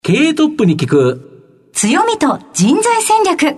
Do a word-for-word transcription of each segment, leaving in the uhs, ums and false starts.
経営トップに聞く強みと人材戦略。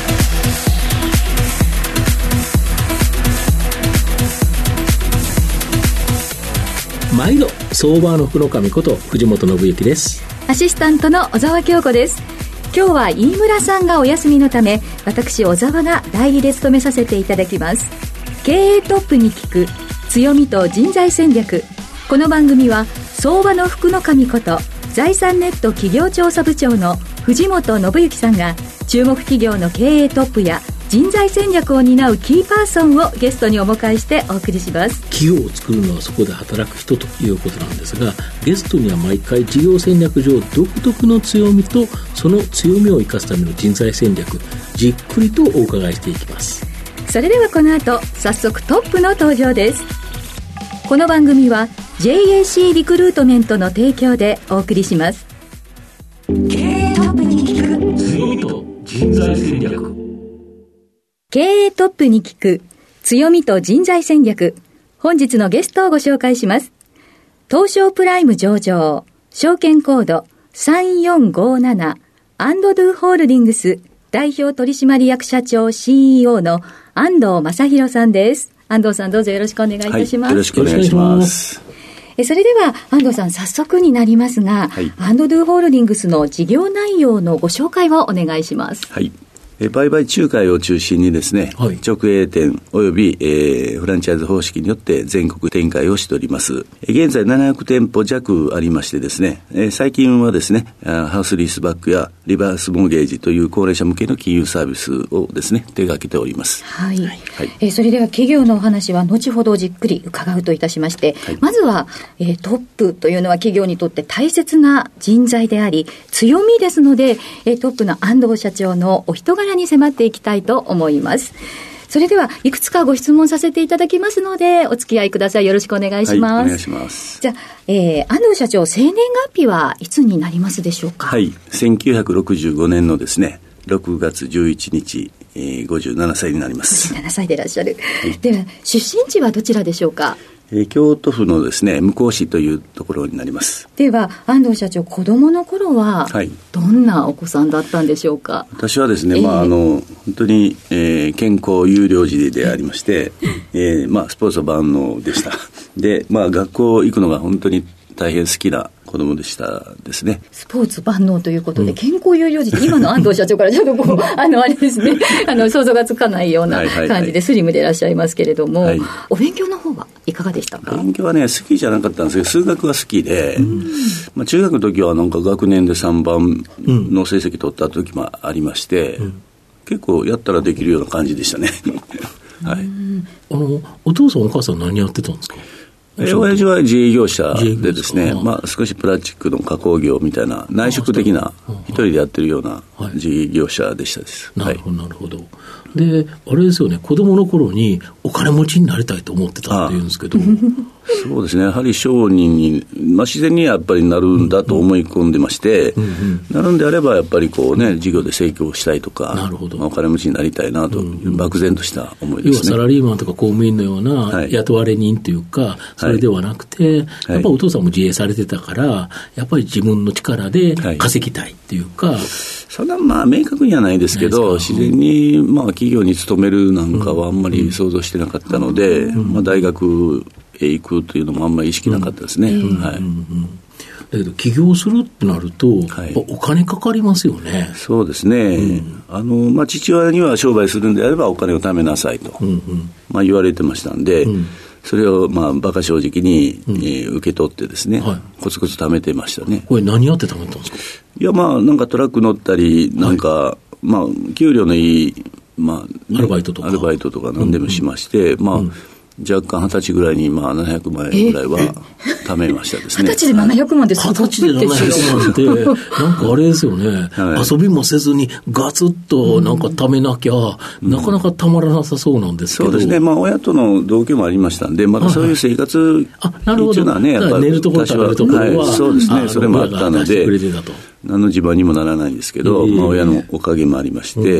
毎度相場の福の神こと藤本信之です。 アシスタントの小沢京子です。今日は飯村さんがお休みのため、私小沢が代理で務めさせていただきます。経営トップに聞く強みと人材戦略。この番組は相場の福の神こと財産ネット企業調査部長の藤本信之さんが、注目企業の経営トップや人材戦略を担うキーパーソンをゲストにお迎えしてお送りします。 企業を作るのはそこで働く人ということなんですが、ゲストには毎回事業戦略上独特の強みとその強みを生かすための人材戦略、じっくりとお伺いしていきます。 それではこの後早速トップの登場です。この番組は ジェイエーシー リクルートメントの提供でお送りします。 経営トップに聞く強みと人材戦略。 経営トップに聞く強みと人材戦略。本日のゲストをご紹介します。東証プライム上場、証券コードさんよんごななアンドドゥホールディングス代表取締役社長 シーイーオー の安藤正弘さんです。安藤さん、どうぞよろしくお願いいたします。はい、 よろしくお願いします。 えそれでは安藤さん、早速になりますが、はい、アンドドゥホールディングスの事業内容のご紹介をお願いします。 はい、え売買仲介を中心にですね、はい、直営店および、えー、フランチャイズ方式によって全国展開をしております。現在ななひゃくてんぽ弱ありましてですね、えー、最近はですね、ハウスリースバックやリバースモーゲージという高齢者向けの金融サービスをですね、手掛けております。 はい。はい、えー、それでは企業のお話は後ほどじっくり伺うといたしまして、はい、まずは、えー、トップというのは企業にとって大切な人材であり強みですので、えー、トップの安藤社長のお人柄に迫っていきたいと思います。それではいくつかご質問させていただきますのでお付き合いください。よろしくお願いします。 はい、お願いします。 じゃあ、えー、安藤社長、生年月日はいつになりますでしょうか。 はい、せんきゅうひゃくろくじゅうごねんのですねろくがつじゅういちにち、えー、ごじゅうななさいになります。 ごじゅうななさいでいらっしゃる、はい、では出身地はどちらでしょうか。 えー、京都府のですね向日市というところになります。 では安藤社長、子どもの頃はどんなお子さんだったんでしょうか。はい、 私はですね、えーまあ、あの本当に、えー、健康優良児でありまして、えーまあ、スポーツは万能でした。で、まあ、学校行くのが本当に大変好きな子供でしたですね。 スポーツ万能ということで、うん、健康優良児って今の安藤社長からちょっとこうあのあれですねあの想像がつかないような感じでスリムでいらっしゃいますけれども、はいはいはい、お勉強の方はいかがでしたか。 勉強はね好きじゃなかったんですけど数学が好きで、うんまあ、中学の時はなんか学年でさんばんの成績取った時もありまして、うん、結構やったらできるような感じでしたね。はい、 あのお父さんお母さん何やってたんですか。 えー、親父は自営業者でですね、まあ、少しプラスチックの加工業みたいな内職的な一人でやってるような自営業者でしたです。 なるほどなるほど。であれですよね、子供の頃にお金持ちになりたいと思ってたっていうんですけど。 そうですね、やはり商人に、まあ、自然にやっぱりなるんだと思い込んでまして、うんうん、なるんであればやっぱりこうね事業で成功したいとか、なるほど、まあ、お金持ちになりたいなという漠然とした思いですね。 要はサラリーマンとか公務員のような雇われ人というか、はい、それではなくて、はい、やっぱりお父さんも自営されてたからやっぱり自分の力で稼ぎたいっていうか、はい、 そんなまあ明確にはないですけど、自然にまあ企業に勤めるなんかはあんまり想像してなかったので、うんうんまあ、大学へ行くというのもあんまり意識なかったですね。うんはいうんうん、 だけど起業するってなると、はい、お金かかりますよね。 そうですね、うんあのまあ、父親には商売するんであればお金を貯めなさいと、うんうんまあ、言われてましたんで、うんそれをまあ馬鹿正直に、うんえー、受け取ってですね、はい、コツコツ貯めてましたね。 これ何やって貯めたんですか。 いやまあなんかトラック乗ったりなんか、はい、まあ給料のいい、まあね、 アルバイトとかアルバイトとか何でもしまして、うんうん、まあ、うん若干二十歳ぐらいにまあななひゃくまんえんぐらいは貯めましたですね。 二十歳でななひゃくまんってすごいですよ。 二十歳でななひゃくまんってなんかあれですよね、はい、遊びもせずにガツッとなんか貯めなきゃ、うん、なかなかたまらなさそうなんですけど、 そうですね、まあ、親との同居もありましたんでまたそういう生活っていうのはねやっぱり寝るところ食べるところは、 はい、そうですね、それもあったので何の自慢にもならないんですけど、えーまあ、親のおかげもありまして、うん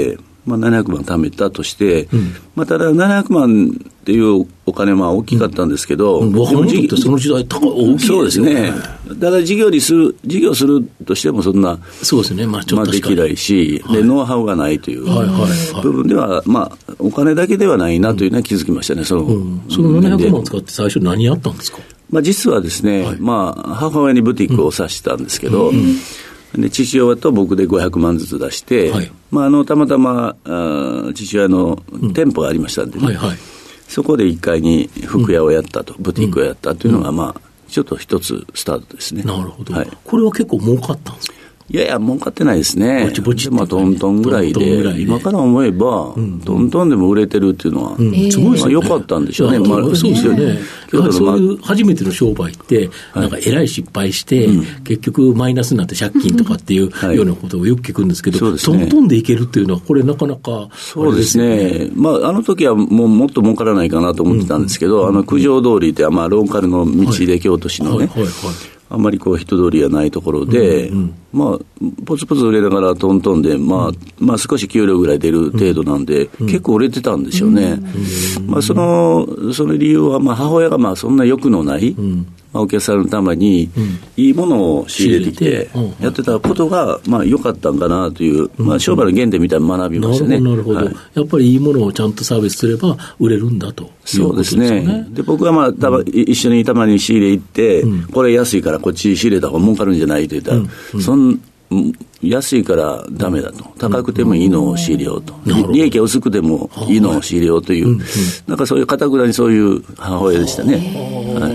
まあ、ななひゃくまん貯めたとして、うん、まあ、ただななひゃくまんっていうお金は大きかったんですけど、 うん、若者ってその時代高大きいですよね。 そうですね。ただ事業にする事業するとしてもそんなそうですね、まあ、ちょっとまあ、できないし、はい、でノウハウがないという部分では、はいはいはい、まあ、お金だけではないなというのは気づきましたね。その、うん、 そのななひゃくまん使って最初何やったんですか？ まあ、実はですね、はい、まあ、母親にブティックをさしたんですけど、うんうんで父親と僕でごひゃくまんずつ出して、はい、まあ、あのたまたまあ父親の店舗がありましたんでね、うんはいはい、そこでいっかいに服屋をやったと、うん、ブティックをやったというのが、まあ、ちょっと一つスタートですね。 なるほど、はい、これは結構儲かったんですか？ いやいや儲かってないですね。 ぼちぼちまあ、トントンぐらい で, で, で今から思えば、うん、トントンでも売れてるっていうのは、うん、すごいですね。まあ、良かったんでしょうね。まあ、 そうですよね。そういう初めての商売ってなんかえらい失敗して、はい、結局マイナスになって借金とかっていうようなことをよく聞くんですけど、はい、トントンでいけるっていうのはこれなかなかそうですね。まあ、あの時はもうもっと儲からないかなと思ってたんですけど、うん、あの九条通りって、まあ、ローカルの道で京都市のね、はいはいはいはい、あんまりこう人通りがないところで、うんうん、まあ、ポツポツ売れながらトントンで、まあ、うん、まあ少し給料ぐらい出る程度なんで、うん、結構売れてたんでしょうね。うん、まあ、その、その理由は、まあ、母親がまあそんな欲のない、うん、まあ、お客さんのためにいいものを仕入れてきてやってたことがまあ良かったんかなという、まあ、商売の原点みたいな学びましたね。 なるほど、なるほど、はい、やっぱりいいものをちゃんとサービスすれば売れるんだということですよね。そうですね。 で僕はまあたま、うん、一緒にたまに仕入れ行って、うん、これ安いからこっち仕入れた方が儲かるんじゃないと言ったら、うんうん、そん安いからダメだと、高くてもいいのを仕入れようと、うん、利益が薄くてもいいのを仕入れようという、はい、なんかそういう堅くなにそういう母親でしたね。はい、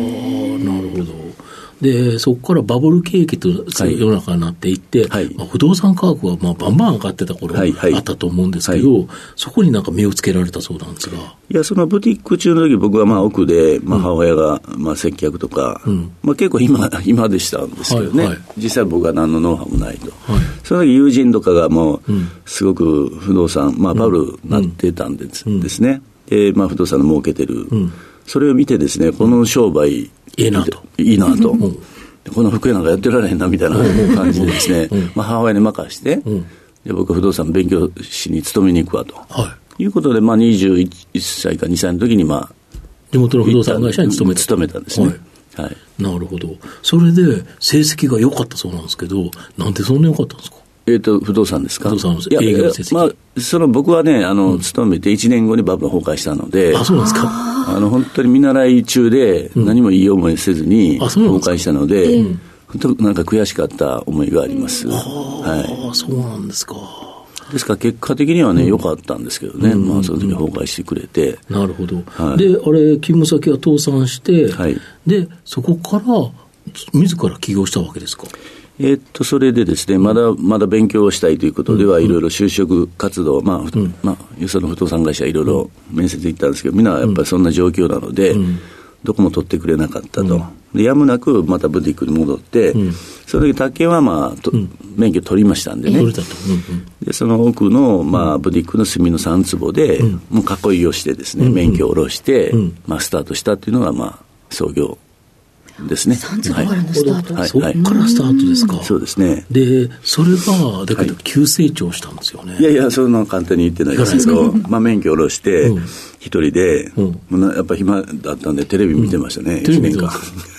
なるほど。でそこからバブル景気と世の中になっていって、はい、まあ、不動産価格はまあバンバン上がってた頃あったと思うんですけど、はいはい、そこになんか目をつけられたそうなんですが、 いやそのブティック中の時僕はまあ奥で、まあ、母親がまあ接客とか、うん、まあ、結構今今でしたんですけどね、はいはい、実際僕は何のノウハウもないと、はい、その時友人とかがもうすごく不動産、まあ、バブルになってたんです、うん、ですね。で、まあ、不動産の儲けてる、うん、それを見てですね、この商売いいなといいなと、うん、この服屋なんかやってられへんなみたいな感じでですね、うん、まあ、母親に任して、うん、で僕は不動産勉強しに勤めに行くわと、はい、いうことで、まあ、にじゅういっさいかにさいの時に、まあ、 地元の不動産会社に勤めた勤めたんですね、はいはい、 なるほど。それで成績が良かったそうなんですけど、なんでそんな良かったんですか？ えー、と不動産ですか？ 不動産の営業の成績、 まあ、その僕はねあの、うん、勤めていちねんごにバブル崩壊したので、 あ、そうなんですか？ あの本当に見習い中で何もいい思いせずに崩壊したので、うん、本当なんか悔しかった思いがあります、うん、 はい、そうなんですか。 ですから結果的にはね良、うん、かったんですけどね、うん、まあ、その時崩壊してくれて、 うん、なるほど、はい、であれ勤務先は倒産して、はい、でそこから自ら起業したわけですか？ えー、っとそれでですね、まだまだ勉強をしたいということでは、いろいろ就職活動、まあうんまあ、よその不動産会社いろいろ面接行ったんですけど、みんなやっぱりそんな状況なので、うん、どこも取ってくれなかったと、うん、でやむなくまたブティックに戻って、うん、その時宅建は、まあとうん、免許取りましたんでね、 取れたと、うんうん、 でその奥の、まあ、ブティックの隅のさん坪で、うん、もう囲いをしてですね、免許を下ろして、うんまあ、スタートしたっていうのが、まあ、創業ですね。 さん坪からのスタート、 はい、そこからスタートですか？ そうですね。でそれがだけど急成長したんですよね、はい、 いやいやそんな簡単に言ってないですけどまあ、免許を下ろして一人で、うん、やっぱ暇だったんでテレビ見てましたね、うん、いちねんかん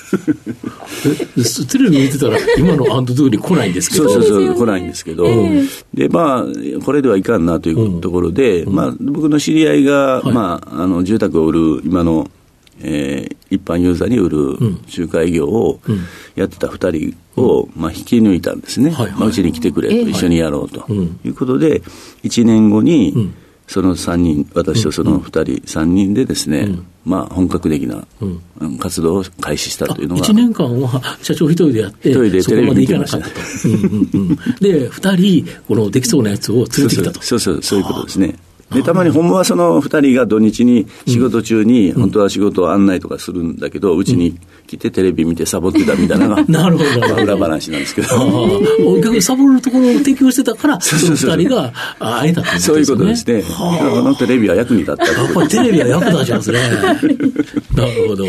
テレビ見てたら今のアンドドゥに来ないんですけどそうそうそう来ないんですけど、えー、でまあこれではいかんなというところで、うんまあ、僕の知り合いが、はいまあ、あの住宅を売る今のえー、一般ユーザーに売る仲介業をやってたふたりを、まあ、引き抜いたんですね、うんまあ、うちに来てくれと、一緒にやろうということで、いちねんごにそのさんにん私とそのふたり、さんにんでですね、うんまあ、本格的な活動を開始したというのが、 いちねんかんは社長一人でやって一人でテレビ見てました、 そこまでいかなかったとうんうん、うん、でふたりこのできそうなやつを連れてきたとそうそうそうそうそういうことですね。でたまにほんまはそのふたりが土日に仕事中に本当は仕事を案内とかするんだけど、うちに来てテレビ見てサボってたみたいなのがなるほど裏話なんですけど逆にサボるところを提供してたからそのふたりが会えたってことですね。 そういうことですね。あのテレビは役に立ったやっぱりテレビは役立ちますねなるほど、はい、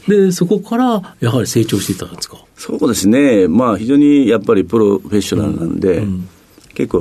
でそこからやはり成長していったんですか？ そうですね、まあ、非常にやっぱりプロフェッショナルなんで、うんうん、結構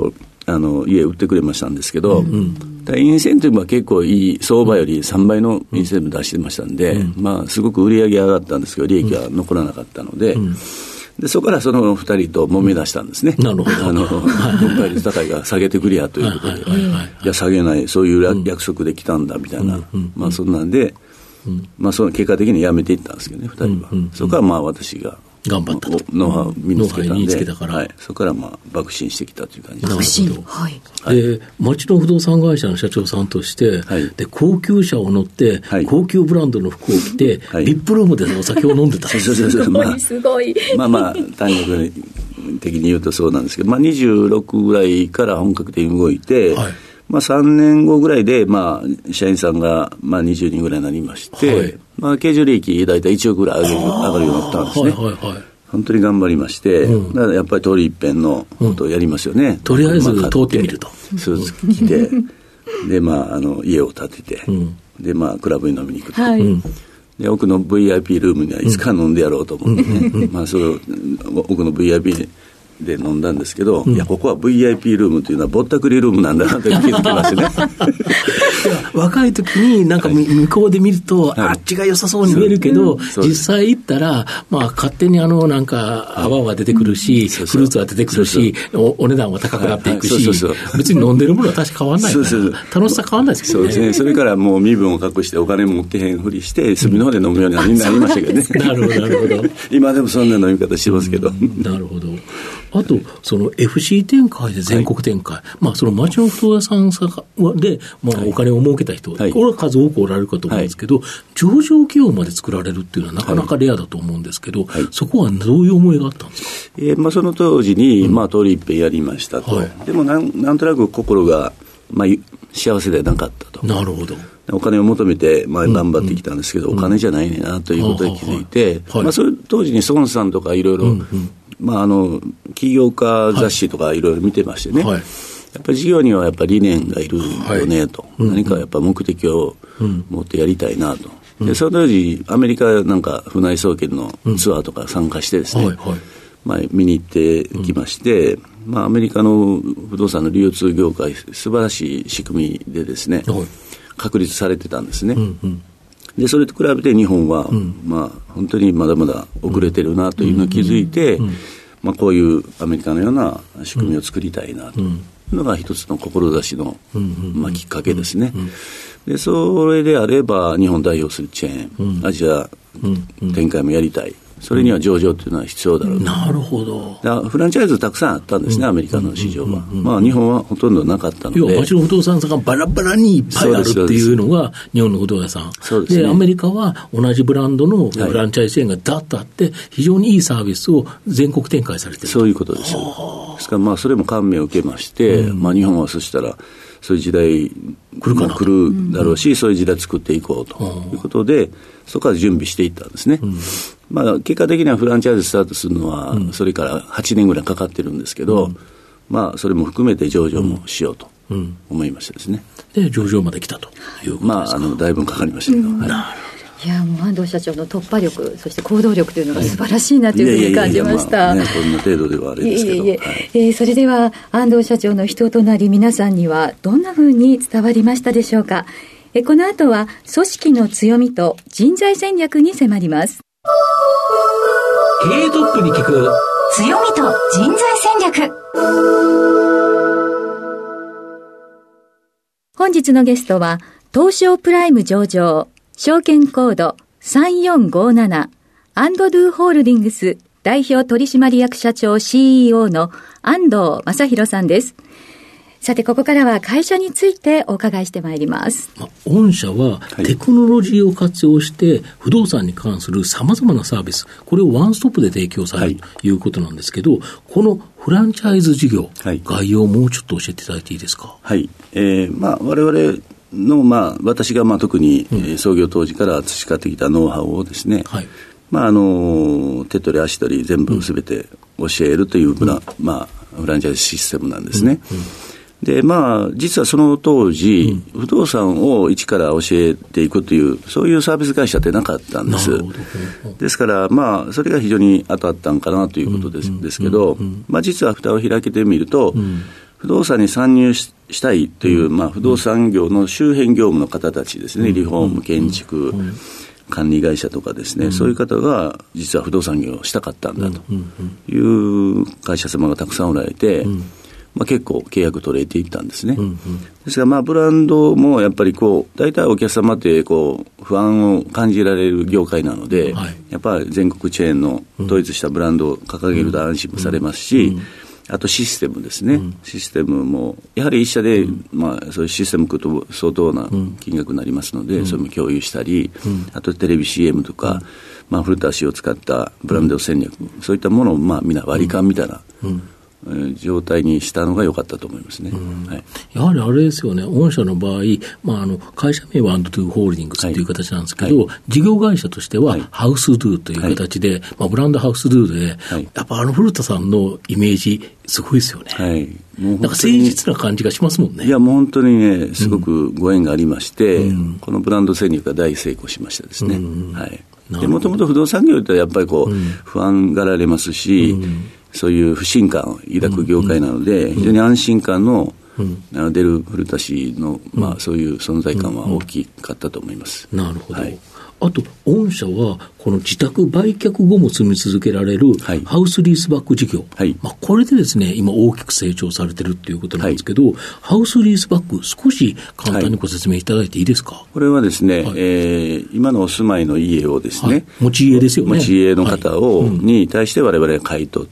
あの家売ってくれましたんですけど、うんうん、インセンティブは結構いい相場よりさんばいのインセンティブ出してましたんで、うんまあ、すごく売り上げ上がったんですけど利益は残らなかったので、うん、でそこからそのふたりと揉め出したんですね、うん、なるほどあの分配率高いが下げてくれやということで、はいはいはいはい、いや下げないそういう約束できたんだみたいな、うんうんまあ、そんなんで、うんまあ、その結果的にやめていったんですけどねふたりは、うんうんうん、そこからまあ私が頑張ったとノウハウ身につけたんで、 つけたから、 はい、そこからまあ爆心してきたという感じです。 爆心、はい、 で町の不動産会社の社長さんとして、はい、で高級車を乗って、はい、高級ブランドの服を着て、はい、ビップルームでお酒を飲んでたすごいすごいまあまあ単力的に言うとそうなんですけど、まあ、にじゅうろくぐらいから本格的に動いて、はいまあ、さんねんごぐらいで、まあ、社員さんが、まあ、にじゅうにんぐらいになりまして、はいまあ、経常利益大体いちおくぐらい上げる上がるようになったんですね、はいはいはい、本当に頑張りまして、うん、だからやっぱり通り一遍のことをやりますよね、うん、 とりあえず通ってみるとスーツ着てで、まあ、あの家を建てて、うん、で、まあ、クラブに飲みに行くと、はいで奥の ブイアイピー ルームにはいつか飲んでやろうと思ってね、うんまあ、それを奥の ブイアイピーで飲んだんですけど、うん、いやここは ブイアイピー ルームというのはぼったくりルームなんだなと気づきましてね若い時になんか向こうで見ると、はい、あっちが良さそうに見えるけど、はい、実際行ったら、まあ、勝手にあのなんか泡は出てくるし、はい、フルーツは出てくるし、そうそう お, お値段は高くなっていくし、はいはい、そうそうそう別に飲んでるものは確か変わらないからそうそうそう楽しさ変わらないですけどね。 そうですね。それからもう身分を隠してお金持ってへんふりして隅の方で飲むようになりましたけどねなるほどなるほど今でもそんな飲み方してますけど、うん、 なるほど。あとその エフシー 展開で全国展開、はいまあ、その町の不動産で、まあ、お金を儲けた人、はい、これは数多くおられるかと思うんですけど、はい、上場企業まで作られるっていうのはなかなかレアだと思うんですけど、はい、そこはどういう思いがあったんですか。 えーまあ、その当時に、うんまあ、通り一遍やりましたと、はい、でもなん、なんとなく心が、まあ、幸せではなかったと。 なるほど。 お金を求めて、まあ、頑張ってきたんですけど、うんうん、お金じゃないねなということに気づいて、はいまあ、それ当時に孫さんとかいろいろ、うんうんまあ、あの起業家雑誌とかいろいろ見てましてね、はい、やっぱり事業にはやっぱり理念がいるよねと、はい、何かやっぱ目的を持ってやりたいなと、うん、でその当時アメリカなんか船内総研のツアーとか参加してですね、うんはいはいまあ、見に行ってきまして、うんまあ、アメリカの不動産の流通業界素晴らしい仕組みでですね、はい、確立されてたんですね、うんうんでそれと比べて日本は、うんまあ、本当にまだまだ遅れてるなというのを気づいて、うんうんまあ、こういうアメリカのような仕組みを作りたいなというのが一つの志の、まあ、きっかけですね。でそれであれば日本代表するチェーン、うん、アジア展開もやりたい。それには上場というのは必要だろうと。 なるほど。 だフランチャイズたくさんあったんですね、うん、アメリカの市場は、うんうんうん、まあ日本はほとんどなかったので。 要は町の不動産さんがバラバラにいっぱいあるっていうのが日本の不動産さん。そうですね。でアメリカは同じブランドのフランチャイズチェーンがダッとあって、はい、非常にいいサービスを全国展開されている。 そういうことですよ。ですからまあそれも感銘を受けまして、うん、まあ日本はそしたらそういう時代来るかな来るだろうし、うん、そういう時代作っていこうということで、そこから準備していったんですね。うんまあ、結果的にはフランチャイズスタートするのは、うん、それからはちねんぐらいかかってるんですけど、うん、まあそれも含めて上場もしようと思いましてですね、 うん、で上場まで来たということですか。 まああのだいぶかかりましたけど、うんはい、 なるほど。いやもう安藤社長の突破力そして行動力というのが素晴らしいなというふうに感じました。 こんな程度ではあれですけど、いえいえ、 はいえー、それでは安藤社長の人となり皆さんにはどんなふうに伝わりましたでしょうか。えこの後は組織の強みと人材戦略に迫ります。 経営トップに聞く強みと人材戦略。 本日のゲストは東証プライム上場証券コードさんよんごななアンドドゥホールディングス代表取締役社長 シーイーオー の安藤正弘さんです。さてここからは会社についてお伺いしてまいります。 御社はテクノロジーを活用して不動産に関するさまざまなサービス、これをワンストップで提供されるということなんですけど、このフランチャイズ事業、はい、概要をもうちょっと教えていただいていいですか。 はい、えーまあ、我々の、まあ、私がまあ特に、うんえー、創業当時から培ってきたノウハウをですね、はいまあ、あの手取り足取り全部すべて教えるというブラ、うんまあ、フランチャイズシステムなんですね、うんうんでまあ、実はその当時、うん、不動産を一から教えていくというそういうサービス会社ってなかったんです。ですから、まあ、それが非常に当たったんかなということです、うん、ですけど、うんうんまあ、実は蓋を開けてみると、うん不動産に参入 し, したいという、まあ、不動産業の周辺業務の方たちですね、リフォーム、建築、管理会社とかですね、うん、そういう方が実は不動産業をしたかったんだという会社様がたくさんおられて、うん、まあ、結構契約取れていったんですね、うんうん、ですがまあブランドもやっぱりこう大体お客様ってこう不安を感じられる業界なので、はい、やっぱり全国チェーンの統一したブランドを掲げると安心もされますし、うんうんうん、あとシステムですね、うん、システムもやはり一社で、うん、まあ、そういうシステムくと相当な金額になりますので、うん、それも共有したり、うん、あとテレビ シーエム とか、うん、まあ、古田氏を使ったブランド戦略、うん、そういったものをまあみんな割り勘みたいな、うんうん状態にしたのが良かったと思いますね、うんはい、 やはりあれですよね、御社の場合、まあ、あの会社名はアンドトゥホールディングスという形なんですけど、はい、事業会社としては、はい、ハウスドゥという形で、はい、まあ、ブランドハウスドゥで、はい、やっぱあの古田さんのイメージすごいですよね、はい、もうなんか誠実な感じがしますもんね。 いやもう本当にねすごくご縁がありまして、うん、このブランド戦略が大成功しましたですね、うんはい、でもともと不動産業ってやっぱりこう、うん、不安がられますし、うんそういう不信感を抱く業界なので、うんうん、非常に安心感の、うん、出る古田氏の、まあ、そういう存在感は大きかったと思います、 うんうん、なるほど、はい、あと御社はこの自宅売却後も住み続けられるハウスリースバック事業、はいまあ、これでですね今大きく成長されてるっていうことなんですけど、はい、ハウスリースバック少し簡単にご説明いただいていいですか。はい、 これはですね、はいえー、今のお住まいの家をですね、はい、 持ち家ですよね、 持ち家の方を、はいうん、に対して我々が買い取って、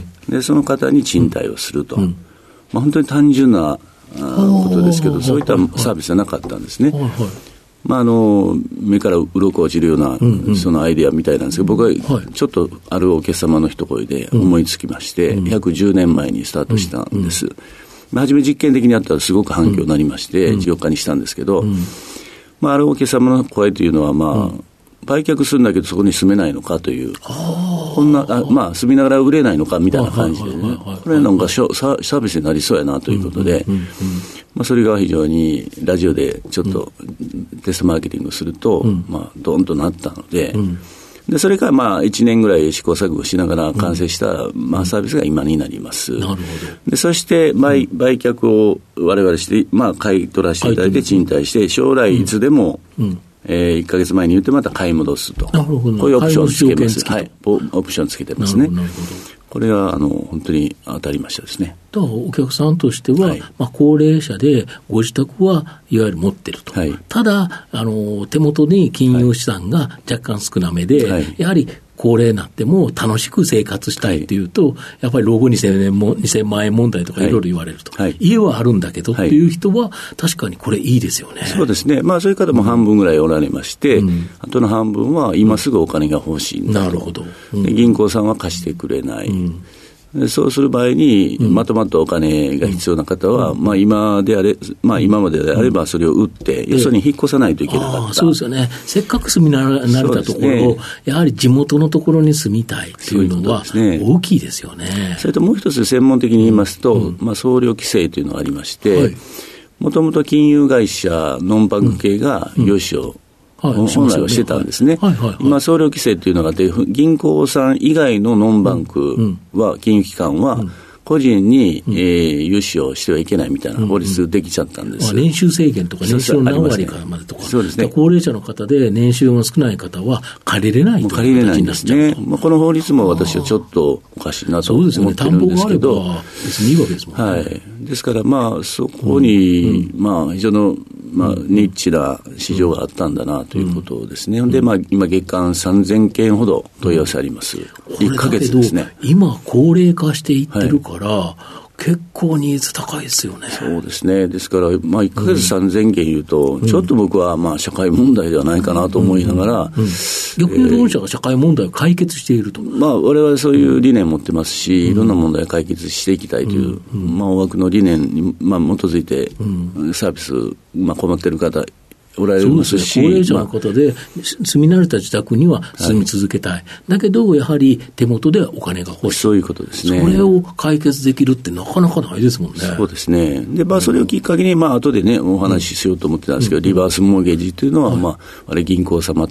うん、でその方に賃貸をすると、うんまあ、本当に単純なことですけどそういったサービスはなかったんですね、はいはいまあ、あの目から鱗落ちるような、うんうん、そのアイデアみたいなんですけど僕はちょっとあるお客様の一声で思いつきまして、うん、約じゅうねんまえにスタートしたんです、うんうん、初め実験的にやったらすごく反響になりまして、うん、事業化にしたんですけど、うんまあ、あるお客様の声というのは、まあうん、売却するんだけどそこに住めないのかというこんなあ、まあ、住みながら売れないのかみたいな感じでねこれなんかサービスになりそうやなということで、うんうんうんうんまあ、それが非常にラジオでちょっとテストマーケティングすると、うんまあ、ドーンとなったので、うん、でそれからまあいちねんぐらい試行錯誤しながら完成した、うんまあ、サービスが今になります、うん、なるほどでそして売、うん、売却を我々して、まあ、買い取らせていただいて賃貸して将来いつでも、うんうんえー、いっかげつまえに言ってまた買い戻すとなるほどこういうオプションつけます、はい、オプションつけてますねなるほどこれはあの本当に当たりましたですね。 だからお客さんとしては、はいまあ、高齢者でご自宅はいわゆる持ってると、はい、ただあの手元に金融資産が若干少なめで、はい、やはり高齢になっても楽しく生活したいというと、はい、やっぱり老後にせんえんもにせんまん円問題とかいろいろ言われると、はい、家はあるんだけどっていう人は確かにこれいいですよね。 そうですね、まあ、そういう方も半分ぐらいおられまして、うん、あとの半分は今すぐお金が欲しいんだと、なるほど、うん、銀行さんは貸してくれない、うんそうする場合に、うん、まとまったお金が必要な方は、うんまあ、今であれ、まあ、今までであればそれを売って、うん、よそに引っ越さないといけなかった。 あそうですよね。せっかく住み慣れたところを、ね、やはり地元のところに住みたいというのは大きいですよね。 それともう一つ専門的に言いますと、うんまあ、総量規制というのがありまして、もともと金融会社ノンバンク系が融資を、うんはい、本来はしてたんですね、はいはいはいはい、今総量規制というのがあって銀行さん以外のノンバンクは、うん、金融機関は個人に、うんえー、融資をしてはいけないみたいな法律できちゃったんです、 うんうん、年収制限とか年収の何割かまでとかそうです、ね、高齢者の方で年収が少ない方は借りれないという形になっちゃうと、ねまあ、この法律も私はちょっとおかしいなと思ってるんですけど、 そうですね、担保があれば別にいいわけですもんね、 はい、ですからまあそこに、うんまあ、非常のまあ、ニッチな市場があったんだなということですね、うん、で、まあ、今月間さんぜんけんほど問い合わせあります、うん、いっかげつですね。 今高齢化していってるから、はい結構ニーズ高いですよね。 そうですね。ですから、まあ、いっかげつさんぜんけん言うと、うん、ちょっと僕はまあ社会問題ではないかなと思いながら、うんうんうん、 逆に御社が社会問題を解決していると、えー、 まあ、我々そういう理念を持ってますし、うん、いろんな問題を解決していきたいという、うんうんまあ、大枠の理念に、まあ、基づいて、うん、サービス、まあ、困っている方おられますし、 そうですね、高齢者の方で、まあ、住み慣れた自宅には住み続けたい、はい、だけどやはり手元でお金が欲しい、 そういうことですね。 それを解決できるってなかなかないですもんね。 そうですね。で、まあ、それをきっかけに、まあ後でねお話ししようと思ってたんですけど、うん、リバースモーゲージというのは、はいまあ、あれ銀行様と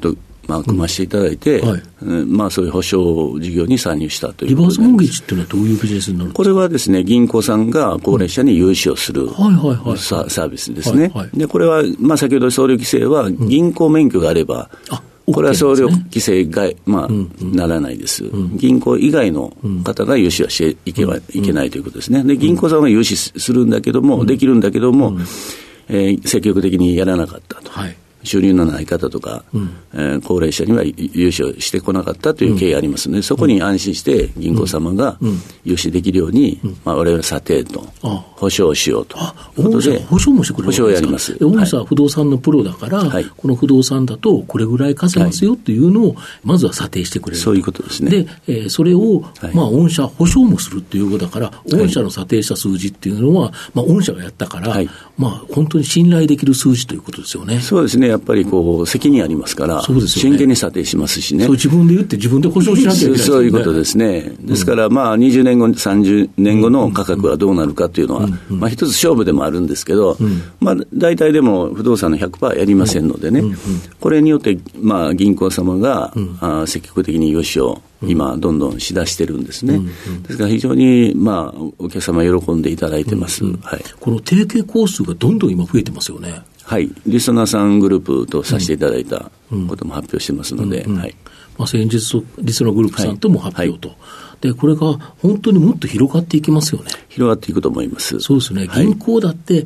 まあ、組ませていただいて、うんはいまあ、そういう保証事業に参入したというリバースモーゲージっていうのはどういうビジネスになるんですか？ これはですね、銀行さんが高齢者に融資をする、うんはいはいはい、サービスですね。はいはい、でこれは、まあ、先ほど総量規制は銀行免許があれば、うん、これは総量規制が、まあうんうん、ならないです、うん。銀行以外の方が融資はしていけばいけないということですね。で銀行さんは融資するんだけども、うん、できるんだけども、うんえー、積極的にやらなかったと。はい収入のない方とか、うんえー、高齢者には融資をしてこなかったという経緯がありますので、うん、そこに安心して銀行様が融資できるように、うんまあ、我々は査定と保証をしようということで保証もしてくれるんですか？ 保証をやります。 御社は不動産のプロだから、はい、この不動産だとこれぐらい貸せますよというのをまずは査定してくれる、はい、 そういうことですね。 で、えー、それを、はいまあ、御社保証もするということだから御社の査定した数字っていうのは、まあ、御社がやったから、はいまあ、本当に信頼できる数字ということですよね。 そうですね。やっぱりこう責任ありますから、そうですよね、真剣に査定しますしね。 そう自分で言って自分で保証しなきゃいけないですよね。 そういうことですね。ですから、まあ、にじゅうねんご、さんじゅうねんごの価格はどうなるかというのは、うんうんまあ、一つ勝負でもあるんですけど、うんまあ、大体でも不動産の ひゃくパーセント やりませんのでね、うんうんうん、これによって、まあ、銀行様が、うん、あ積極的に融資を今どんどんしだしてるんですね、うんうん、ですから非常に、まあ、お客様喜んでいただいてます、うんうんはい、 この提携工数がどんどん今増えてますよね。 はい、リスナーさんグループとさせていただいたことも発表してますので、 うんうんはいまあ、先日リスナーグループさんとも発表と、はいはいでこれが本当にもっと広がっていきますよね。 広がっていくと思います。 そうですね。銀行だって、はい、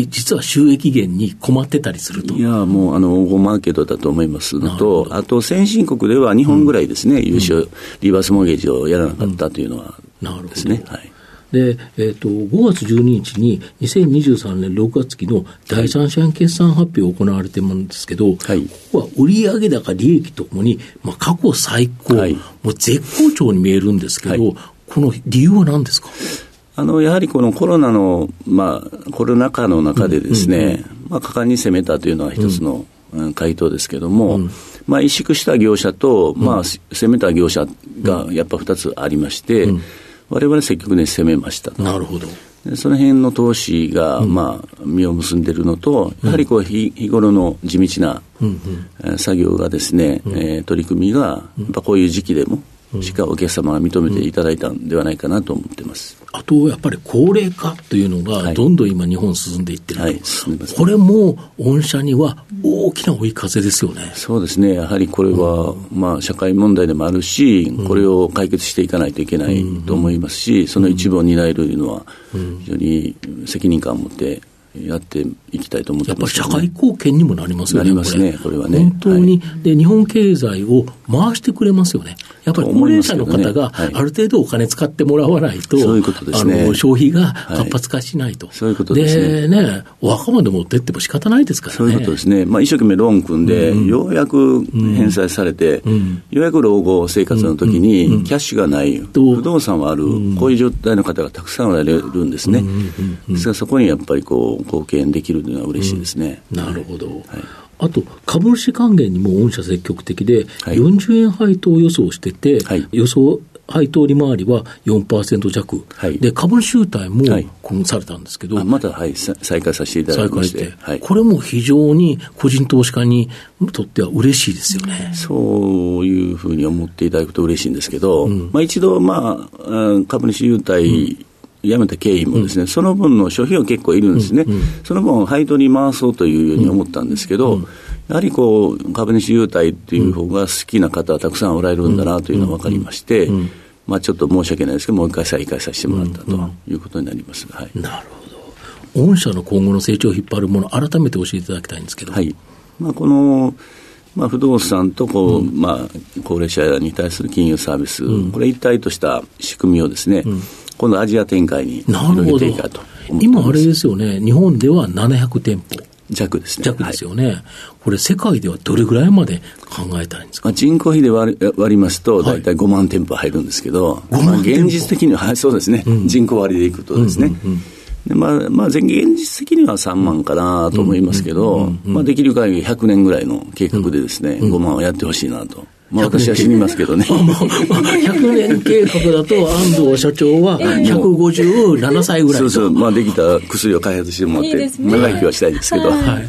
実は収益源に困ってたりすると。 いやもうあの黄金マーケットだと思いますのと、あと先進国ではにほんぐらいですね、うん、優勝リバースモーゲージをやらなかったというのはですね。 うん、はい。で、えー、とごがつじゅうににちににせんにじゅうさんねんろくがつ期の第三四半期決算発表が行われているんですけど、はい、ここは売上高利益ともに、まあ、過去最高、はい、もう絶好調に見えるんですけど、はい、この理由は何ですか？ あのやはりこのコロナの、まあ、コロナ禍の中でですね、うんうんうんまあ、果敢に攻めたというのは一つの、うん、回答ですけども、うんまあ、萎縮した業者と、まあ、攻めた業者がやっぱふたつありまして、うん我々積極に攻めましたと。 なるほど。 その辺の投資が、うんまあ、実を結んでいるのと、やはりこう日頃の地道な、うんうん、作業がですね、うんえー、取り組みがやっぱこういう時期でもしっかりお客様が認めていただいたんではないかなと思っています。 あとやっぱり高齢化というのがどんどん今日本進んでいってると、はいはい、これも御社には大きな追い風ですよね。 そうですね。やはりこれは、うんまあ、社会問題でもあるし、これを解決していかないといけないと思いますし、その一部を担えるというのは非常に責任感を持ってやっていきたいと思ってます、ね、 やっぱり社会貢献にもなりますよね。 なりますね、これはね。 本当に、はい、で日本経済を回してくれますよね。やっぱり高齢者の方がある程度お金使ってもらわないと、 そういうことですね。 あの消費が活発化しないと、はい、 そういうことですね。 でね、お墓まで持ってっても仕方ないですからね。 そういうことですね。まあ、一生懸命ローン組んで、うん、ようやく返済されて、うん、ようやく老後生活の時に、うん、キャッシュがない、うん、不動産はある、うん、こういう状態の方がたくさんおられるんですね。うんうんうんうん、ですからそこにやっぱりこう貢献できるというのは嬉しいですね。 うん、なるほど。はい、あと株主還元にも御社積極的で、はい、よんじゅうえん配当を予想してて、はい、予想配当利回りは よんパーセント 弱、はい、で株主優待も今後されたんですけど、 はい、また、はい、再開させていただきまして、 はい、これも非常に個人投資家にとっては嬉しいですよね。 そういうふうに思っていただくと嬉しいんですけど、うんまあ、一度、まあ、株主優待、うんやめた経緯もですね、うん、その分の消費は結構いるんですね、うんうん、その分配当に回そうというように思ったんですけど、うんうん、やはりこう株主優待っていう方が好きな方はたくさんおられるんだなというのが分かりまして、うんうんうんまあ、ちょっと申し訳ないですけどもう一回再開させてもらったということになります、はい、 なるほど。御社の今後の成長を引っ張るもの改めて教えていただきたいんですけど、 はいまあ、このまあ、不動産とこう、うんまあ、高齢者に対する金融サービス、うん、これ一体とした仕組みをですね、うん今度アジア展開に広げていかと思ってます。 今あれですよね、日本ではななひゃくてんぽ弱ですね。 弱ですよね、はい、これ世界ではどれぐらいまで考えたらいいんですか？ まあ、人口比で割 り, 割りますと大体ごまん店舗入るんですけど、はいまあ、現実的には、はい、そうですね、うん、人口割りでいくとですね、うんうんうんでまあまあ、現実的にはさんまんかなと思いますけど、まあ、できる限りひゃくねんぐらいの計画でですね、うん、ごまんをやってほしいなと。まあ、私は死にますけどね。ひゃくねん計画だと安藤社長はひゃくごじゅうななさいぐらい。 そうそう、まあ、できた薬を開発してもらって、いいですね、長生きはしたいですけど、はいはい、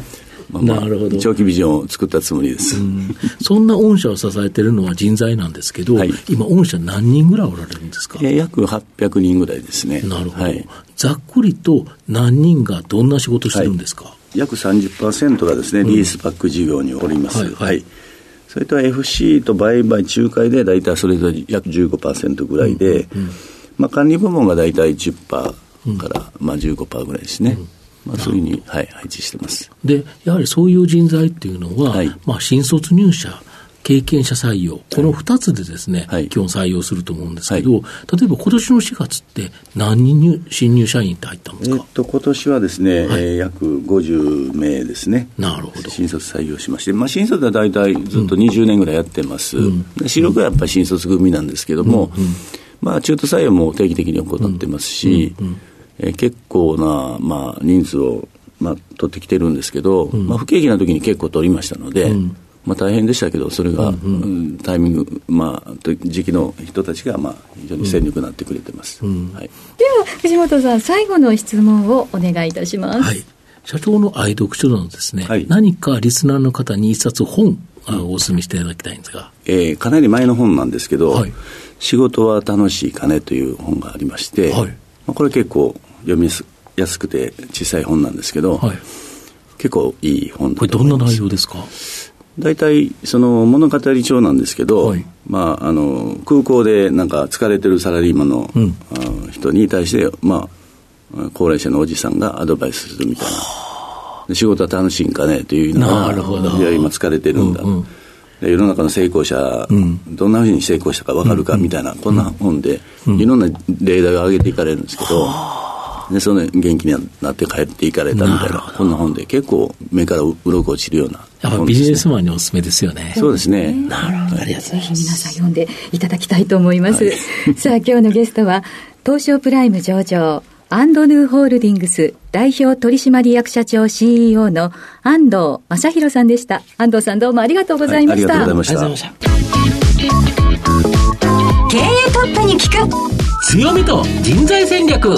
まあまあ、なるほど、長期ビジョンを作ったつもりです。 うん、そんな御社を支えているのは人材なんですけど、はい、今御社何人ぐらいおられるんですか？ 約はっぴゃくにんぐらいですね。 なるほど、はい、ざっくりと何人がどんな仕事してるんですか？はい、 約 さんじゅっパーセント がですね、リースバック事業におります。うん、はい、はい、それと エフシー と売買仲介でだいたいそれぞれ約 じゅうごパーセント ぐらいで、うんうん、まあ、管理部門がだいたい じゅっパーセントから、まあ、じゅうごパーセント ぐらいですね。うん、まあ、そういうふうに、はい、配置してます。 で、やはりそういう人材っていうのは、はい、まあ、新卒入社、経験者採用、このふたつでですね、はい、基本採用すると思うんですけど、はい、例えば今年のしがつって何人入新入社員って入ったんですか？ えっと、今年はですね、はい、えー、約ごじゅうめいですね。 なるほど。 新卒採用しまして、まあ、新卒は大体ずっとにじゅうねんぐらいやってます。うん、で主力はやっぱり新卒組なんですけども、うんうん、まあ、中途採用も定期的に行ってますし、うんうんうん、えー、結構な、まあ、人数を、まあ、取ってきてるんですけど、うん、まあ、不景気な時に結構取りましたので、うん、まあ、大変でしたけど、それが、うんうんうん、タイミング、まあ、時期の人たちが、まあ、非常に戦力になってくれてます。うんうん、はい、 では藤本さん、最後の質問をお願いいたします。 はい、社長の愛読書などですね、はい、何かリスナーの方に一冊本をお勧めしていただきたいんですが、 えー、かなり前の本なんですけど、はい、仕事は楽しい金という本がありまして、はい、まあ、これ結構読みやすくて小さい本なんですけど、はい、結構いい本だと思います。 これどんな内容ですか？ 大体その物語帳なんですけど、はい、まあ、あの空港でなんか疲れてるサラリーマンの、うん、人に対して、まあ、高齢者のおじさんがアドバイスするみたいな、で仕事は楽しいんかねというのが、いや今疲れてるんだ、うんうん、で世の中の成功者、うん、どんなふうに成功したか分かるかみたいな、うん、こんな本で、うん、いろんな例題を挙げていかれるんですけど、でその元気になって帰っていかれたみたいな、こんな本で結構目から鱗落ちるような、 やっぱビジネスマンにおすすめですよね。 そうですね。 なるほど。ありがとうございます。皆さん読んでいただきたいと思います。はい、さあ今日のゲストは東証プライム上場アンドヌーホールディングス代表取締役社長 シーイーオー の安藤正弘さんでした。安藤さんどうもありがとうございました。 はい、ありがとうございました。 経営トップに聞く強みと人材戦略。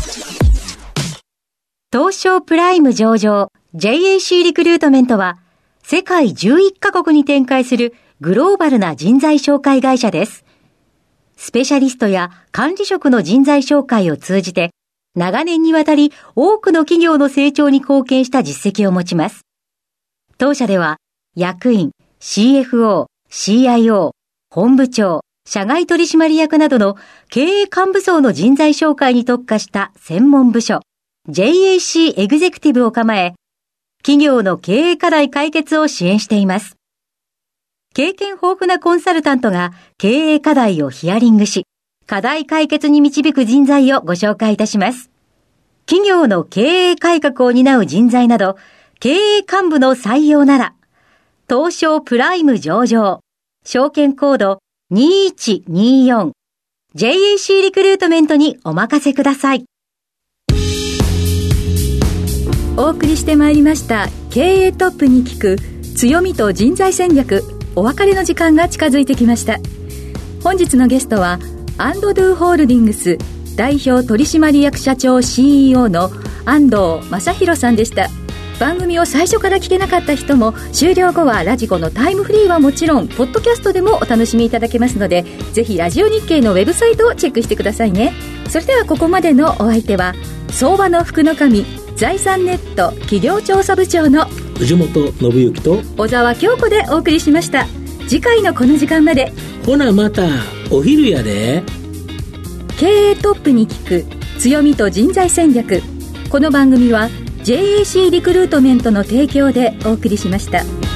東証プライム上場 ジェイエーシー リクルートメントは世界じゅういっカ国に展開するグローバルな人材紹介会社です。スペシャリストや管理職の人材紹介を通じて長年にわたり多くの企業の成長に貢献した実績を持ちます。当社では役員、シーエフオー、シーアイオー、本部長、社外取締役などの経営幹部層の人材紹介に特化した専門部署ジェイエーシー エグゼクティブを構え、企業の経営課題解決を支援しています。経験豊富なコンサルタントが経営課題をヒアリングし、課題解決に導く人材をご紹介いたします。企業の経営改革を担う人材など、経営幹部の採用なら、東証プライム上場、証券コードにいちによん、ジェイエーシー リクルートメントにお任せください。 お送りしてまいりました経営トップに聞く強みと人材戦略。お別れの時間が近づいてきました。本日のゲストはアンドドゥホールディングス代表取締役社長 シーイーオー の安藤正弘さんでした。番組を最初から聞けなかった人も終了後はラジコのタイムフリーはもちろんポッドキャストでもお楽しみいただけますので、ぜひラジオ日経のウェブサイトをチェックしてくださいね。それではここまでのお相手は相場の福の神財産ネット企業調査部長の藤本信之と小沢京子でお送りしました。次回のこの時間まで。 ほなまたお昼やで。 経営トップに聞く強みと人材戦略。この番組は ジェイエーシー リクルートメントの提供でお送りしました。